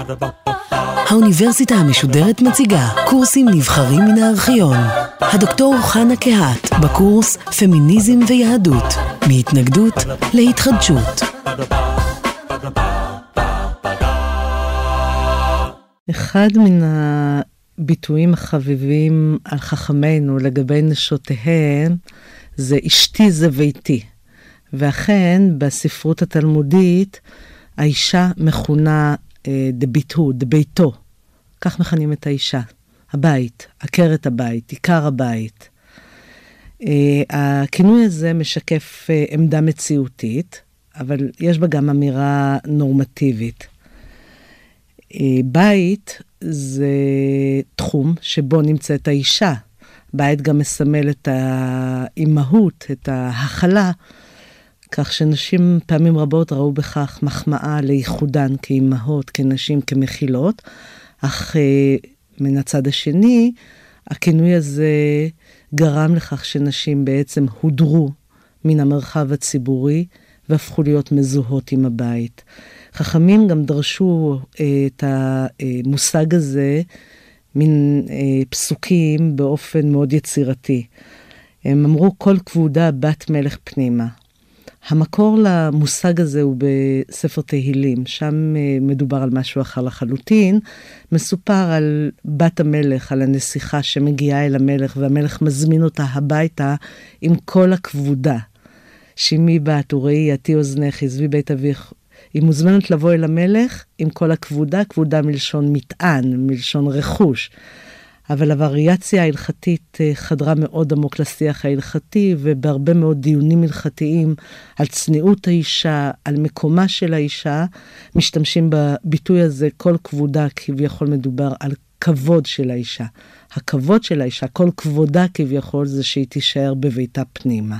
האוניברסיטה המשודרת מציגה קורסים נבחרים מן הארכיון. הדוקטור חנה קהת בקורס פמיניזם ויהדות, מהתנגדות להתחדשות. אחד מן הביטויים החביבים על חכמינו לגבי נשותיהן זה אשתי זה ביתי. ואכן בספרות התלמודית האישה מכונה דביתו, דביתו. כך מכנים את האישה. הבית, עקרת הבית, עיקר הבית. הכינוי הזה משקף עמדה מציאותית, אבל יש בה גם אמירה נורמטיבית. בית זה תחום שבו נמצאת האישה. בית גם מסמל את האימהות, את ההכלה, כך שנשים פעמים רבות ראו בכך מחמאה לייחודן כאימהות, כנשים, כמכילות, אך מן הצד השני, הכינוי הזה גרם לכך שנשים בעצם הודרו מן המרחב הציבורי, והפכו להיות מזוהות עם הבית. חכמים גם דרשו את המושג הזה מן פסוקים באופן מאוד יצירתי. הם אמרו כל כבודה בת מלך פנימה. המקור למושג הזה הוא בספר תהילים, שם מדובר על משהו אחר לחלוטין, מסופר על בת המלך, על הנסיכה שמגיעה אל המלך, והמלך מזמין אותה הביתה עם כל הכבודה. שימי בת וראי עתי אוזנך, עזבי בית אביך. היא מוזמנת לבוא אל המלך עם כל הכבודה, כבודה מלשון מטען, מלשון רכוש. אבל הווריאציה ההלכתית חדרה מאוד עמוק לשיח ההלכתי, ובהרבה מאוד דיונים הלכתיים על צניעות האישה, על מקומה של האישה, משתמשים בביטוי הזה, כל כבודה כביכול מדובר על כבוד של האישה. הכבוד של האישה, כל כבודה כביכול זה שהיא תישאר בביתה פנימה.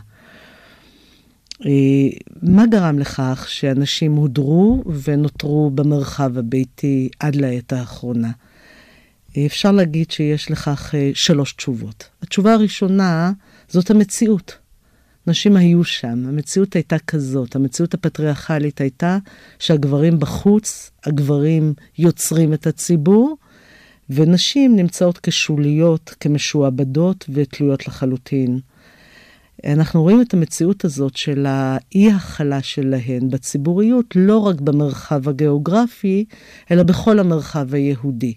מה גרם לכך שאנשים הודרו ונותרו במרחב הביתי עד לעת האחרונה? אפשר להגיד שיש לכך 3 תשובות. התשובה הראשונה זאת המציאות. נשים היו שם, המציאות הייתה כזאת, המציאות הפטריארכלית הייתה שהגברים בחוץ, הגברים יוצרים את הציבור, ונשים נמצאות כשוליות, כמשועבדות ותלויות לחלוטין. אנחנו רואים את המציאות הזאת של האי-הכלה שלהן בציבוריות, לא רק במרחב הגיאוגרפי, אלא בכל המרחב היהודי.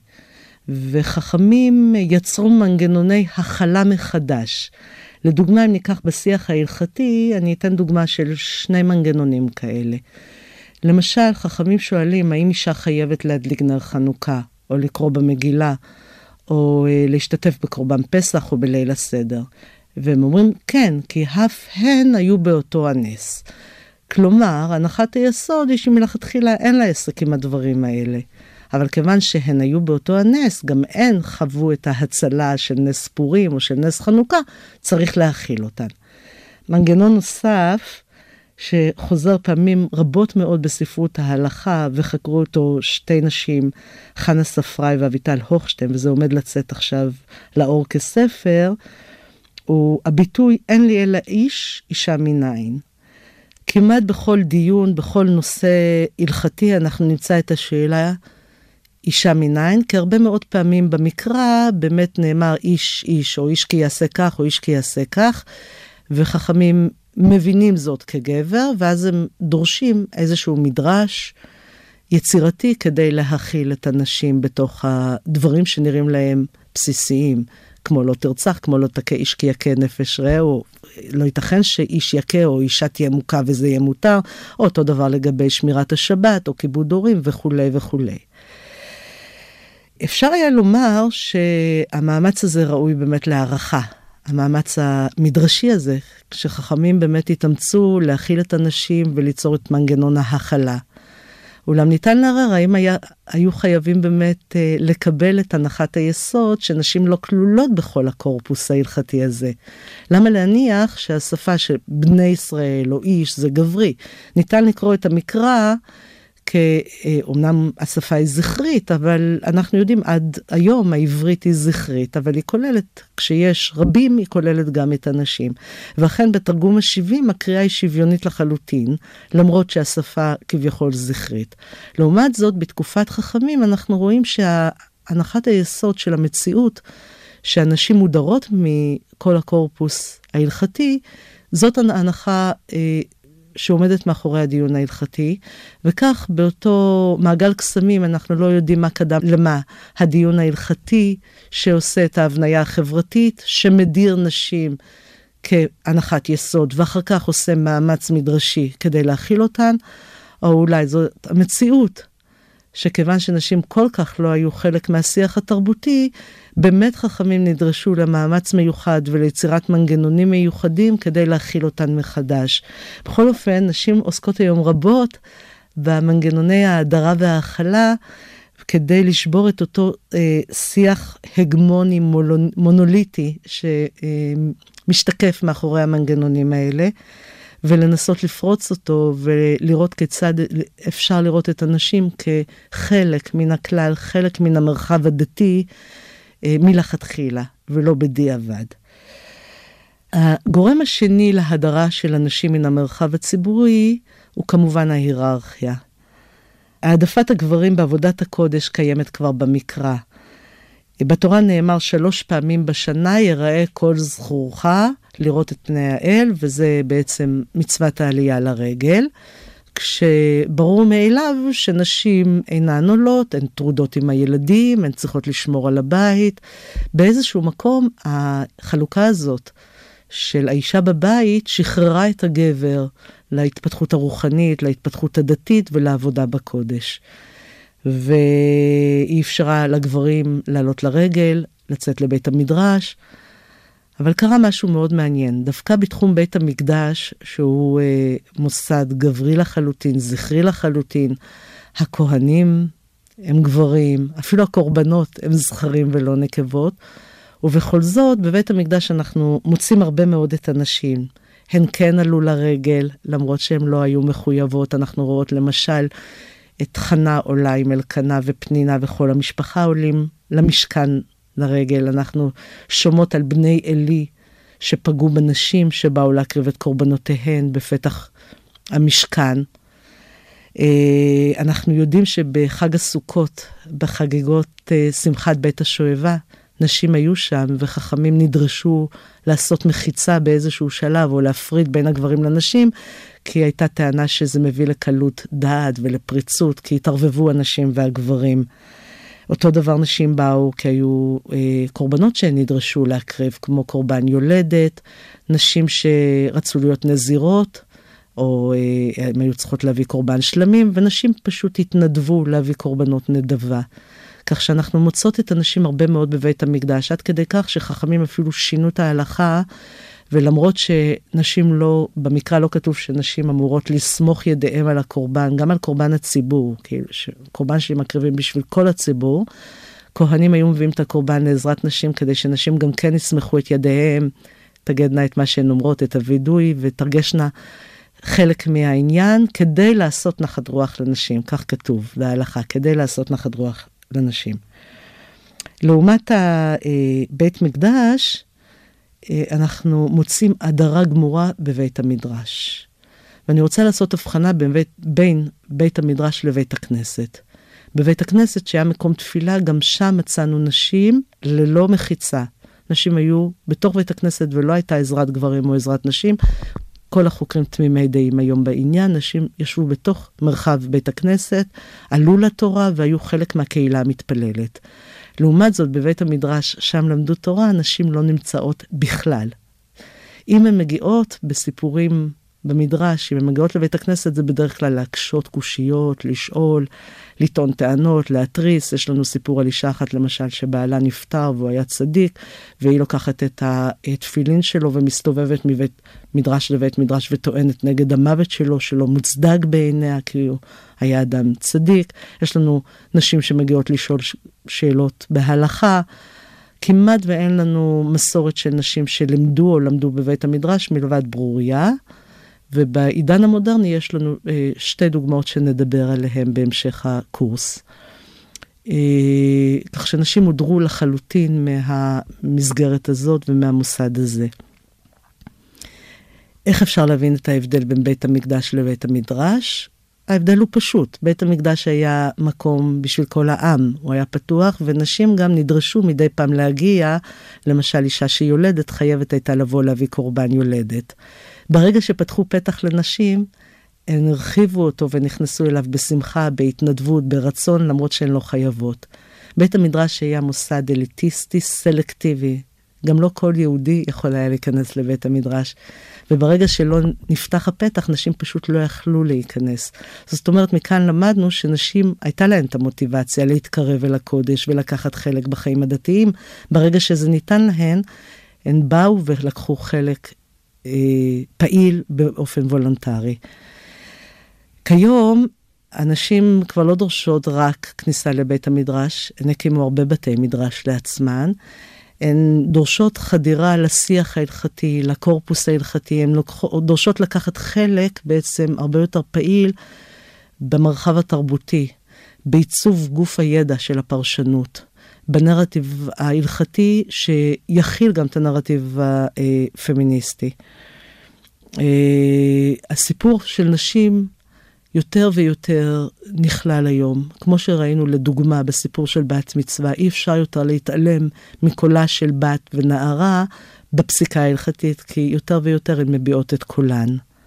וחכמים יצרו מנגנוני הכלה מחדש. לדוגמה, אם ניקח בשיח ההלכתי, אני אתן דוגמה של 2 מנגנונים כאלה. למשל, חכמים שואלים, האם אישה חייבת להדליק נר חנוכה, או לקרוא במגילה, או להשתתף בקורבן פסח, או בליל הסדר. והם אומרים, כן, כי אף הן היו באותו הנס. כלומר, הנחת היסוד היא שמלכתחילה אין לה עסק עם הדברים האלה. אבל כיוון שהן היו באותו הנס, גם הן חוו את ההצלה של נס פורים או של נס חנוכה, צריך להכיל אותן. מנגנון נוסף, שחוזר פעמים רבות מאוד בספרות ההלכה, וחקרו אותו 2 נשים, חנה ספראי ואביטל הוכשטיין, וזה עומד לצאת עכשיו לאור כספר, הוא הביטוי אין לי אלא איש, אישה מניין. כמעט בכל דיון, בכל נושא הלכתי, אנחנו נמצא את השאלה אישה מניין, כי הרבה מאוד פעמים במקרא באמת נאמר איש איש, או איש כי יעשה כך, או איש כי יעשה כך, וחכמים מבינים זאת כגבר, ואז הם דורשים איזשהו מדרש יצירתי כדי להכיל את הנשים בתוך הדברים שנראים להם בסיסיים, כמו לא תרצח, כמו לא תכה איש כי יקה נפש רעהו, לא ייתכן שאיש יקה או אישה תהיה מוכה וזה יהיה מותר, או אותו דבר לגבי שמירת השבת או כיבוד הורים וכו' וכו'. אפשר היה לומר שהמאמץ הזה ראוי באמת להערכה. המאמץ המדרשי הזה, כשחכמים באמת התאמצו להכיל את הנשים וליצור את מנגנון ההכלה. אולם ניתן לערער, האם היו חייבים באמת לקבל את הנחת היסוד שנשים לא כלולות בכל הקורפוס ההלכתי הזה? למה להניח שהשפה של בני ישראל או איש זה גברי? ניתן לקרוא את המקרא אומנם השפה היא זכרית, אבל אנחנו יודעים עד היום העברית היא זכרית, אבל היא כוללת, כשיש רבים, היא כוללת גם את הנשים. ואכן בתרגום ה-70 הקריאה היא שוויונית לחלוטין, למרות שהשפה כביכול זכרית. לעומת זאת, בתקופת חכמים אנחנו רואים שהנחת היסוד של המציאות, שאנשים מודרות מכל הקורפוס ההלכתי, זאת ההנחה שעומדת מאחורי הדיון ההלכתי, וכך באותו מעגל קסמים אנחנו לא יודעים מה קדם למה. הדיון ההלכתי שעושה את ההבניה החברתית, שמדיר נשים כהנחת יסוד, ואחר כך עושה מאמץ מדרשי כדי להכיל אותן, או אולי זאת המציאות, שכיוון שנשים כל כך לא היו חלק מהשיח התרבותי, באמת חכמים נדרשו למאמץ מיוחד וליצירת מנגנונים מיוחדים כדי להכיל אותן מחדש. בכל אופן, נשים עוסקות היום רבות במנגנוני ההדרה וההכלה, כדי לשבור את אותו שיח הגמוני מונוליטי שמשתקף מאחורי המנגנונים האלה, ולנסות לפרוץ אותו ולראות כיצד אפשר לראות את הנשים כחלק מן הכלל, חלק מן המרחב הדתי מלכתחילה ולא בדיעבד. הגורם השני להדרה של הנשים מן המרחב הציבורי הוא כמובן ההיררכיה. העדפת הגברים בעבודת הקודש קיימת כבר במקרא. בתורה נאמר 3 פעמים בשנה יראה כל זכורך לראות את פני האל, וזה בעצם מצוות העלייה לרגל, כשברור מאליו שנשים אינן עולות, הן טרודות עם הילדים, הן צריכות לשמור על הבית. באיזשהו מקום החלוקה הזאת של האישה בבית שחררה את הגבר להתפתחות הרוחנית, להתפתחות הדתית ולעבודה בקודש. והיא אפשרה לגברים לעלות לרגל, לצאת לבית המדרש, אבל קרה משהו מאוד מעניין. דווקא בתחום בית המקדש, שהוא מוסד גברי לחלוטין, זכרי לחלוטין, הכהנים הם גברים, אפילו הקורבנות הם זכרים ולא נקבות, ובכל זאת בבית המקדש אנחנו מוצאים הרבה מאוד את הנשים. הן כן עלו לרגל, למרות שהן לא היו מחויבות. אנחנו רואות למשל את חנה עולה עם אלקנה ופנינה וכל המשפחה עולים למשכן לרגל. אנחנו שומעות על בני אלי שפגעו בנשים שבאו להקריב את קורבנותיהן בפתח המשכן. אנחנו יודעים שבחג הסוכות, בחגיגות שמחת בית השואבה, נשים היו שם וחכמים נדרשו לעשות מחיצה באיזשהו שלב או להפריד בין הגברים לנשים, כי הייתה טענה שזה מביא לקלות דעת ולפריצות, כי התערבבו הנשים והגברים. אותו דבר נשים באו כי היו קורבנות שהן נדרשו להקריב, כמו קורבן יולדת, נשים שרצו להיות נזירות, או הן היו צריכות להביא קורבן שלמים, ונשים פשוט התנדבו להביא קורבנות נדבה. כך שאנחנו מוצאות את הנשים הרבה מאוד בבית המקדש, עד כדי כך שחכמים אפילו שינו את ההלכה, ולמרות שנשים לא, במקרא לא כתוב שנשים אמורות לסמוך ידיהם על הקורבן, גם על קורבן הציבור, כאילו קורבן שהם מקריבים בשביל כל הציבור, כהנים היו מביאים את הקורבן לעזרת נשים, כדי שנשים גם כן יסמכו את ידיהם, תגדנה את מה שהן אומרות, את הוידוי, ותרגשנה חלק מהעניין, כדי לעשות נחת רוח לנשים, כך כתוב בהלכה, כדי לעשות נחת רוח לנשים. לעומת בית מקדש, אנחנו מוצאים הדרה גמורה בבית המדרש. ואני רוצה לעשות הבחנה בין בית המדרש לבית הכנסת. בבית הכנסת שהיה מקום תפילה, גם שם מצאנו נשים ללא מחיצה. נשים היו בתוך בית הכנסת ולא הייתה עזרת גברים או עזרת נשים. כל החוקרים תמימי דעים היום בעניין, נשים ישבו בתוך מרחב בית הכנסת, עלו לתורה והיו חלק מהקהילה המתפללת. לעומת זאת, בבית המדרש, שם למדו תורה, נשים לא נמצאות בכלל. אם הן מגיעות בסיפורים במדרש, אם הן מגיעות לבית הכנסת, זה בדרך כלל להקשות קושיות, לשאול, לטעון טענות, להתריס. יש לנו סיפור על אישה אחת, למשל, שבעלה נפטר והוא היה צדיק, והיא לוקחת את התפילין שלו ומסתובבת מבית מדרש לבית מדרש וטוענת נגד המוות שלו, שלא מוצדק בעיניה, כי הוא היה אדם צדיק. יש לנו נשים שמגיעות לשאול שאלות בהלכה. כמעט ואין לנו מסורת של נשים שלמדו או למדו בבית המדרש מלבד ברוריה, ובעידן המודרני יש לנו שתי דוגמאות שנדבר עליהן בהמשך הקורס. כך שנשים הודרו לחלוטין מהמסגרת הזאת ומהמוסד הזה. איך אפשר להבין את ההבדל בין בית המקדש לבית המדרש? ההבדל הוא פשוט. בית המקדש היה מקום בשביל כל העם, הוא היה פתוח, ונשים גם נדרשו מדי פעם להגיע, למשל אישה שיולדת חייבת הייתה לבוא להביא קורבן יולדת. ברגע שפתחו פתח לנשים, הן הרחיבו אותו ונכנסו אליו בשמחה, בהתנדבות, ברצון, למרות שהן לא חייבות. בית המדרש היה מוסד אליטיסטי, סלקטיבי. גם לא כל יהודי יכול היה להיכנס לבית המדרש. וברגע שלא נפתח הפתח, נשים פשוט לא יכלו להיכנס. זאת אומרת, מכאן למדנו שנשים, הייתה להן את המוטיבציה להתקרב אל הקודש ולקחת חלק בחיים הדתיים. ברגע שזה ניתן להן, הן באו ולקחו חלק פעיל באופן וולונטרי. כיום, הנשים כבר לא דורשות רק כניסה לבית המדרש, הן הקימו הרבה בתי מדרש לעצמן, הן דורשות חדירה לשיח ההלכתי, לקורפוס ההלכתי, הן דורשות לקחת חלק בעצם הרבה יותר פעיל במרחב התרבותי, בעיצוב גוף הידע של הפרשנות, בנרטיב ההלכתי שיכיל גם את הנרטיב הפמיניסטי. הסיפור של נשים יותר ויותר נכלל היום. כמו שראינו לדוגמה בסיפור של בת מצווה, אי אפשר יותר להתעלם מקולה של בת ונערה בפסיקה ההלכתית, כי יותר ויותר הן מביעות את קולן.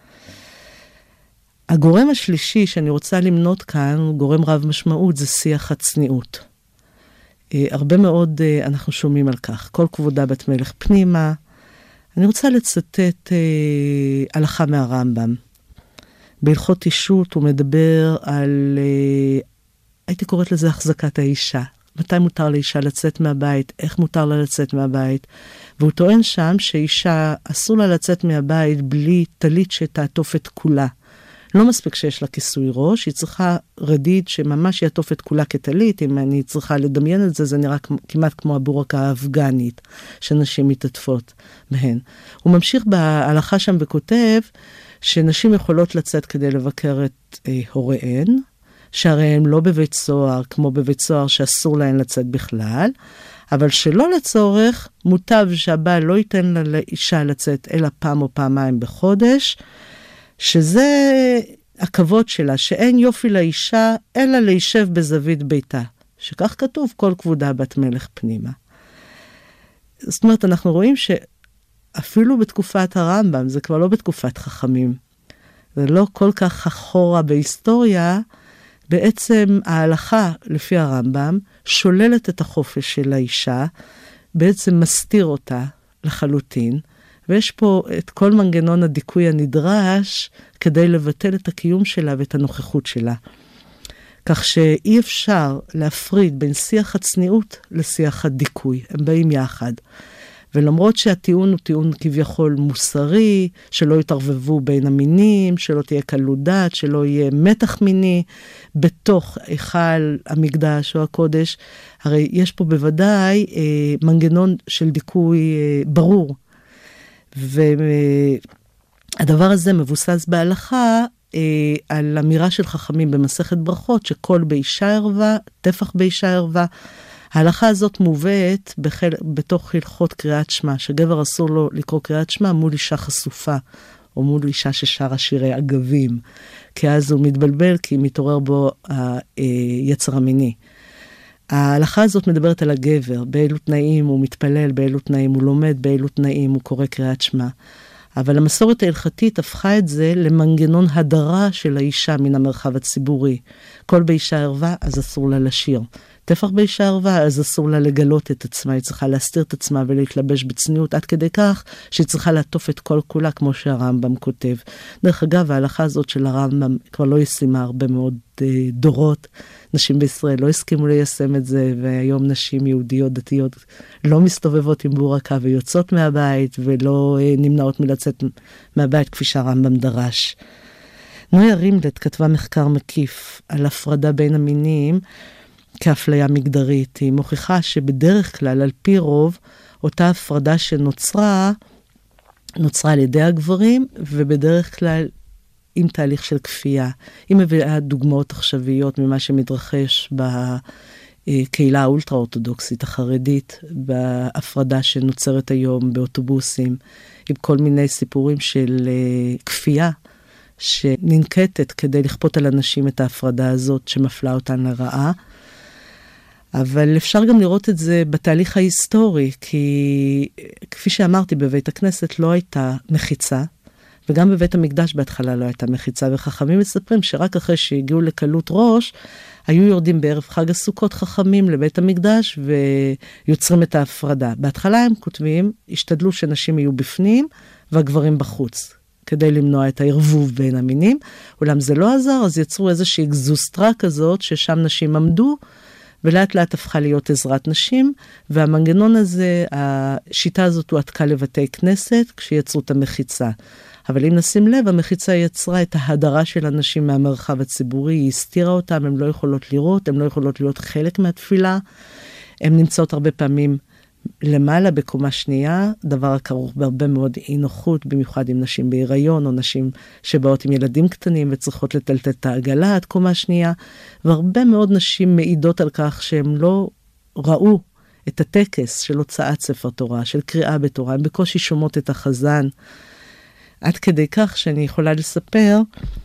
הגורם השלישי שאני רוצה למנות כאן, גורם רב משמעות, זה שיח הצניעות. הרבה מאוד אנחנו שומעים על כך. כל כבודה בת מלך פנימה. אני רוצה לצטט הלכה מהרמב"ם. בהלכות אישות הוא מדבר על, הייתי קוראת לזה החזקת האישה. מתי מותר לאישה לצאת מהבית, איך מותר לה לצאת מהבית. והוא טוען שם שאישה אסור לה לצאת מהבית בלי טלית שתעטוף את כולה. לא מספיק שיש לה כיסוי ראש, היא צריכה רדיד שממש יעטוף את כולה כטלית. אם אני צריכה לדמיין את זה, זה נראה כמעט כמו הבורקה האפגנית שנשים מתעטפות בהן. הוא ממשיך בהלכה שם וכותב שנשים יכולות לצאת כדי לבקר את הוריהן, שהרי הם לא בבית סוהר, כמו בבית סוהר שאסור להן לצאת בכלל, אבל שלא לצורך, מוטב שהבעל לא ייתן לאישה לצאת אלא פעם או פעמיים בחודש, שזה הכבוד שלה, שאין יופי לאישה, אלא להישב בזווית ביתה. שכך כתוב, כל כבודה בת מלך פנימה. זאת אומרת, אנחנו רואים שאפילו בתקופת הרמב"ם, זה כבר לא בתקופת חכמים, זה לא כל כך אחורה בהיסטוריה, בעצם ההלכה לפי הרמב"ם שוללת את החופש של האישה, בעצם מסתיר אותה לחלוטין, ויש פה את כל מנגנון הדיכוי הנדרש כדי לבטל את הקיום שלה ואת הנוכחות שלה. כך שאי אפשר להפריד בין שיח הצניעות לשיח הדיכוי. הם באים יחד. ולמרות שהטיעון הוא טיעון כביכול מוסרי, שלא יתערבבו בין המינים, שלא תהיה קלודת, שלא יהיה מתח מיני בתוך היכל המקדש או הקודש, הרי יש פה בוודאי מנגנון של דיכוי ברור. והדבר הזה מבוסס בהלכה על אמירה של חכמים במסכת ברכות, שכל באישה ערווה, טפח באישה ערווה. ההלכה הזאת מובאת בתוך הלכות קריאת שמע, שגבר אסור לו לקרוא קריאת שמע מול אישה חשופה, או מול אישה ששרה שירי אגבים, כי אז הוא מתבלבל, כי מתעורר בו היצר המיני. ההלכה הזאת מדברת על הגבר, באילו תנאים הוא מתפלל, באילו תנאים הוא לומד, באילו תנאים הוא קורא קריאת שמע. אבל המסורת ההלכתית הפכה את זה למנגנון הדרה של האישה מן המרחב הציבורי. כל באישה ערווה, אז אסור לה לשיר. טפח באישה ערווה, אז אסור לה לגלות את עצמה, היא צריכה להסתיר את עצמה ולהתלבש בצניעות, עד כדי כך שהיא צריכה לעטוף את כל כולה, כמו שהרמב"ם כותב. דרך אגב, ההלכה הזאת של הרמב"ם כבר לא ישימה הרבה מאוד דורות. נשים בישראל לא הסכימו ליישם את זה, והיום נשים יהודיות דתיות לא מסתובבות עם בורקה ויוצאות מהבית, ולא נמנעות מלצאת מהבית כפי שהרמב"ם דרש. נויה רימלט כתבה מחקר מקיף על הפרדה בין המינים, כאפליה מגדרית. היא מוכיחה שבדרך כלל, על פי רוב, אותה הפרדה שנוצרה, נוצרה על ידי הגברים, ובדרך כלל עם תהליך של כפייה. היא מביאה דוגמאות עכשוויות ממה שמתרחש בקהילה האולטרה-אורתודוקסית החרדית, בהפרדה שנוצרת היום באוטובוסים, עם כל מיני סיפורים של כפייה, שננקטת כדי לכפות על אנשים את ההפרדה הזאת, שמפלה אותן לרעה. אבל אפשר גם לראות את זה בתהליך ההיסטורי, כי כפי שאמרתי, בבית הכנסת לא הייתה מחיצה, וגם בבית המקדש בהתחלה לא הייתה מחיצה, וחכמים מספרים שרק אחרי שהגיעו לקלות ראש, היו יורדים בערב חג הסוכות חכמים לבית המקדש, ויוצרים את ההפרדה. בהתחלה הם כותבים, השתדלו שנשים יהיו בפנים, והגברים בחוץ, כדי למנוע את הערבוב בין המינים. אולם זה לא עזר, אז יצרו איזושהי גזוסטרה כזאת, ששם נשים עמדו, ולאט לאט הפכה להיות עזרת נשים, והמנגנון הזה, השיטה הזאת הועתקה לבתי כנסת, כשיצרו את המחיצה. אבל אם נשים לב, המחיצה יצרה את ההדרה של אנשים מהמרחב הציבורי, היא הסתירה אותם, הן לא יכולות לראות, הן לא יכולות להיות חלק מהתפילה, הן נמצאות הרבה פעמים למעלה בקומה שנייה, דבר הכרוך בהרבה מאוד אי נוחות, במיוחד עם נשים בהיריון, או נשים שבאות עם ילדים קטנים וצריכות לטלטל את העגלה עד קומה שנייה, והרבה מאוד נשים מעידות על כך שהן לא ראו את הטקס של הוצאת ספר תורה, של קריאה בתורה, הן בקושי שומעות את החזן, עד כדי כך שאני יכולה לספר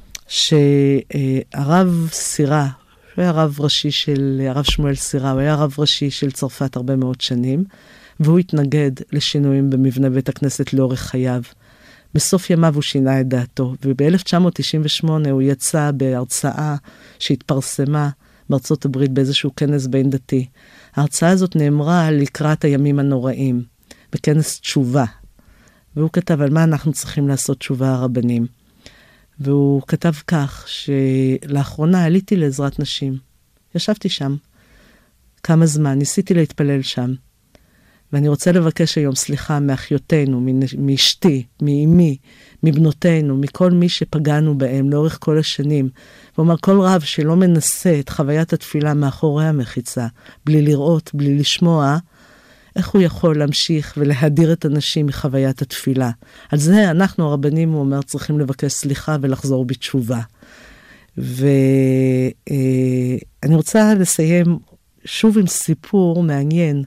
שהרב סירה, הוא היה הרב שמואל סירה, הוא היה רב ראשי של צרפת הרבה מאוד שנים, והוא התנגד לשינויים במבנה בית הכנסת לאורך חייו. בסוף ימיו הוא שינה את דעתו, וב-1998 הוא יצא בהרצאה שהתפרסמה בארצות הברית באיזשהו כנס בין דתי. ההרצאה הזאת נאמרה לקראת הימים הנוראים, בכנס תשובה. והוא כתב על מה אנחנו צריכים לעשות תשובה הרבנים. והוא כתב כך שלאחרונה עליתי לעזרת נשים. ישבתי שם כמה זמן, ניסיתי להתפלל שם. ואני רוצה לבקש היום סליחה מאחיותינו, מאשתי, מאמי, מבנותינו, מכל מי שפגענו בהם לאורך כל השנים. ואומר, כל רב שלא מנסה את חוויית התפילה מאחורי המחיצה, בלי לראות, בלי לשמוע, איך הוא יכול להמשיך ולהדיר את אנשים מחוויית התפילה? על זה אנחנו הרבנים, הוא אומר, צריכים לבקש סליחה ולחזור בתשובה. ואני רוצה לסיים שוב עם סיפור מעניין,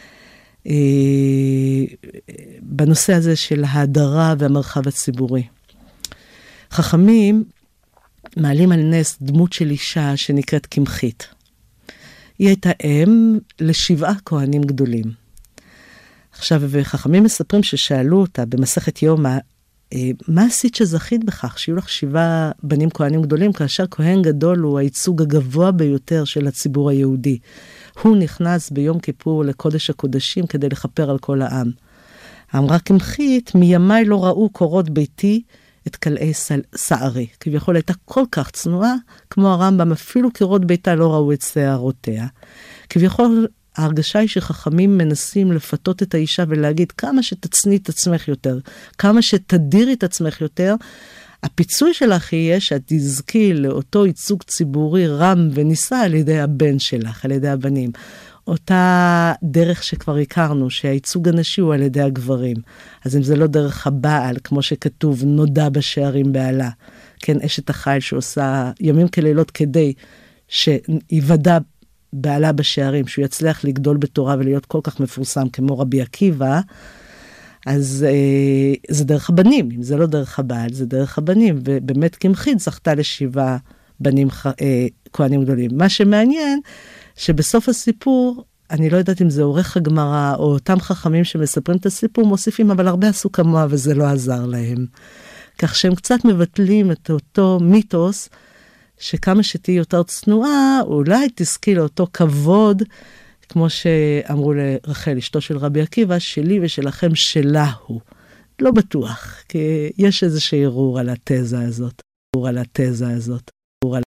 בנושא הזה של ההדרה והמרחב הציבורי. חכמים מעלים על נס דמות של אישה שנקראת קמחית. היא הייתה אם ל7 כהנים גדולים. עכשיו, וחכמים מספרים ששאלו אותה במסכת יומא, מה עשית שזכית בכך, שיהיו לך 7 בנים כהנים גדולים, כאשר כהן גדול הוא הייצוג הגבוה ביותר של הציבור היהודי. הוא נכנס ביום כיפור לקודש הקודשים כדי לכפר על כל העם. אמרה קמחית, מימיי לא ראו קורות ביתי את קלעי שערי. כביכול הייתה כל כך צנועה, כמו הרמב"ם, אפילו קירות ביתה לא ראו את שערותיה. כביכול ההרגשה היא שחכמים מנסים לפתות את האישה ולהגיד כמה שתצנית את עצמך יותר, כמה שתדירי את עצמך יותר, הפיצוי שלך יהיה שאת תזכי לאותו ייצוג ציבורי רם ונישא על ידי הבן שלך, על ידי הבנים. אותה דרך שכבר הכרנו, שהייצוג הנשי הוא על ידי הגברים. אז אם זה לא דרך הבעל, כמו שכתוב, נודע בשערים בעלה, כן, אשת החיל שעושה ימים כלילות כדי שיוודע בעלה בשערים, שהוא יצליח לגדול בתורה ולהיות כל כך מפורסם כמו רבי עקיבא, אז זה דרך הבנים. אם זה לא דרך הבעל, זה דרך הבנים. ובאמת קמחית זכתה ל7 בנים כהנים גדולים. מה שמעניין, שבסוף הסיפור, אני לא יודעת אם זה עורך הגמרא, או אותם חכמים שמספרים את הסיפור, מוסיפים, אבל הרבה עשו כמוה וזה לא עזר להם. כך שהם קצת מבטלים את אותו מיתוס, שכמה שתהי יותר צנועה, אולי תזכי לאותו כבוד, כמו שאמרו לרחל, אשתו של רבי עקיבא, שלי ושלכם שלה הוא. לא בטוח, כי יש איזשהו ערעור על התזה הזאת.